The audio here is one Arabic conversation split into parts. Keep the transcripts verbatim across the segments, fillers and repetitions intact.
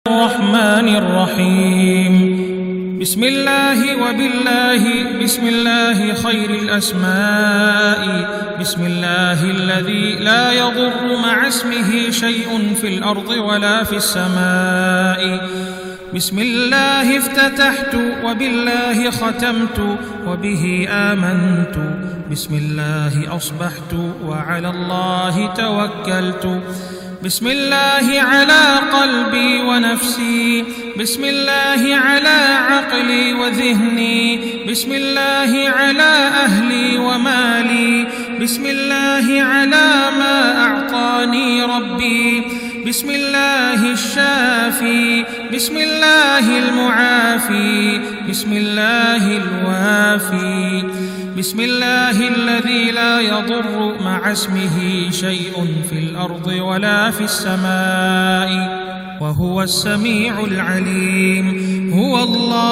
الرحمن الرحيم بسم الله وبالله بسم الله خير الأسماء بسم الله الذي لا يضر مع اسمه شيء في الأرض ولا في السماء بسم الله افتتحت وبالله ختمت وبه آمنت بسم الله أصبحت وعلى الله توكلت بسم الله على قلبي ونفسي بسم الله على عقلي وذهني بسم الله على أهلي ومالي بسم الله على ما أعطاني ربي بسم الله الشافي بسم الله المعافي بسم الله الوافي بسم الله الذي لا يضر مع اسمه شيء في الأرض ولا في السماء وهو السميع العليم هو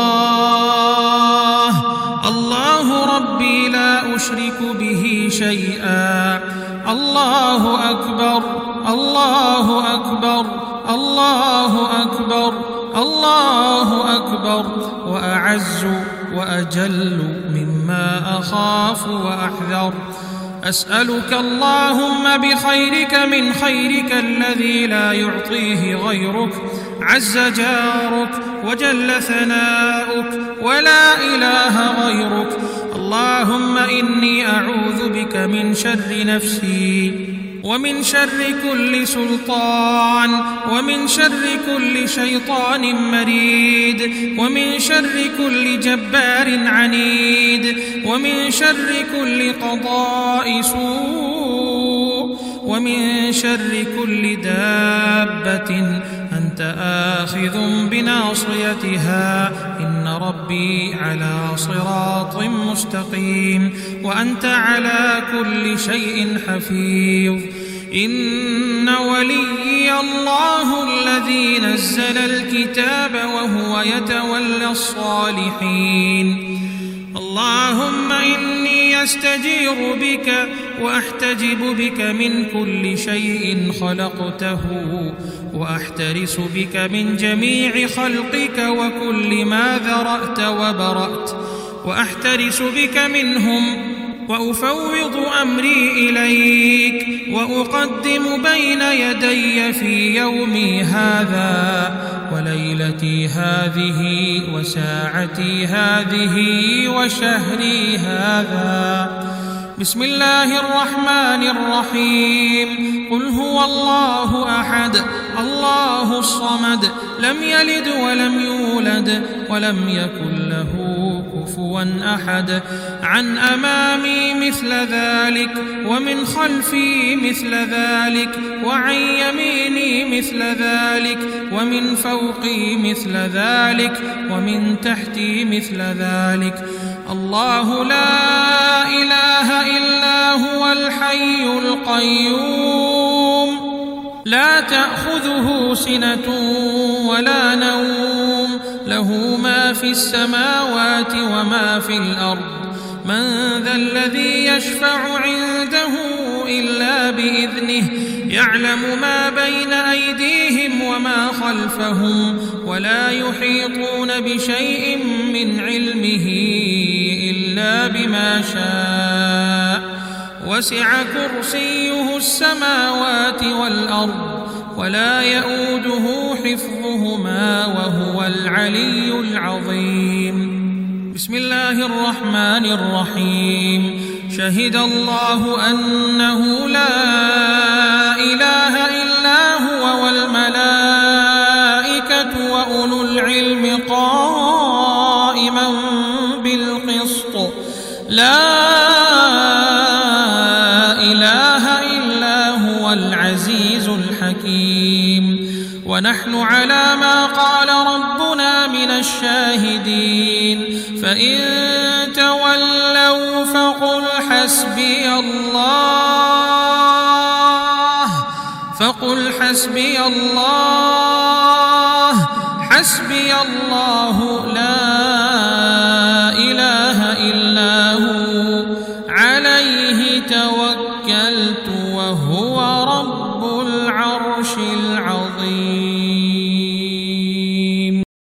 الله الله ربي لا أشرك به شيئا الله أكبر الله أكبر الله أكبر الله أكبر وأعز وأجل مما أخاف وأحذر أسألك اللهم بخيرك من خيرك الذي لا يعطيه غيرك عز جارك وجل ثناؤك ولا إله غيرك اللهم إني أعوذ بك من شر نفسي ومن شر كل سلطان ومن شر كل شيطان مريد ومن شر كل جبار عنيد ومن شر كل قضاء سوء ومن شر كل دابة أنت آخذ بناصيتها إن ربي على صراط مستقيم وأنت على كل شيء حفيظ إن وليي الله الذي نزل الكتاب وهو يتولى الصالحين اللهم إني أستجير بك وأحتجب بك من كل شيء خلقته وأحترس بك من جميع خلقك وكل ما ذرأت وبرأت وأحترس بك منهم وأفوض أمري إليك وأقدم بين يدي في يومي هذا وليلتي هذه وساعتي هذه وشهري هذا بسم الله الرحمن الرحيم قل هو الله أحد الله الصمد لم يلد ولم يولد ولم يكن له كفوا أحد عن أمامي مثل ذلك ومن خلفي مثل ذلك وعن يميني مثل ذلك ومن فوقي مثل ذلك ومن تحتي مثل ذلك الله لا إله إلا هو الحي القيوم لا تأخذه سنة ولا نوم له ما في السماوات وما في الأرض من ذا الذي يشفع عنده إلا بإذنه يعلم ما بين أيديهم وما خلفهم ولا يحيطون بشيء من علمه إلا بما شاء وسع كرسيه السماوات والأرض ولا يؤوده حفظهما وهو العلي العظيم بسم الله الرحمن الرحيم شهد الله أنه لا إله إلا هو والملائكة وأولو العلم قائما بالقسط لا إله إلا هو العزيز الحكيم ونحن على ما قال ربنا من الشاهدين فإن تولوا فقل حسبي الله فقل حسبي الله حسبي الله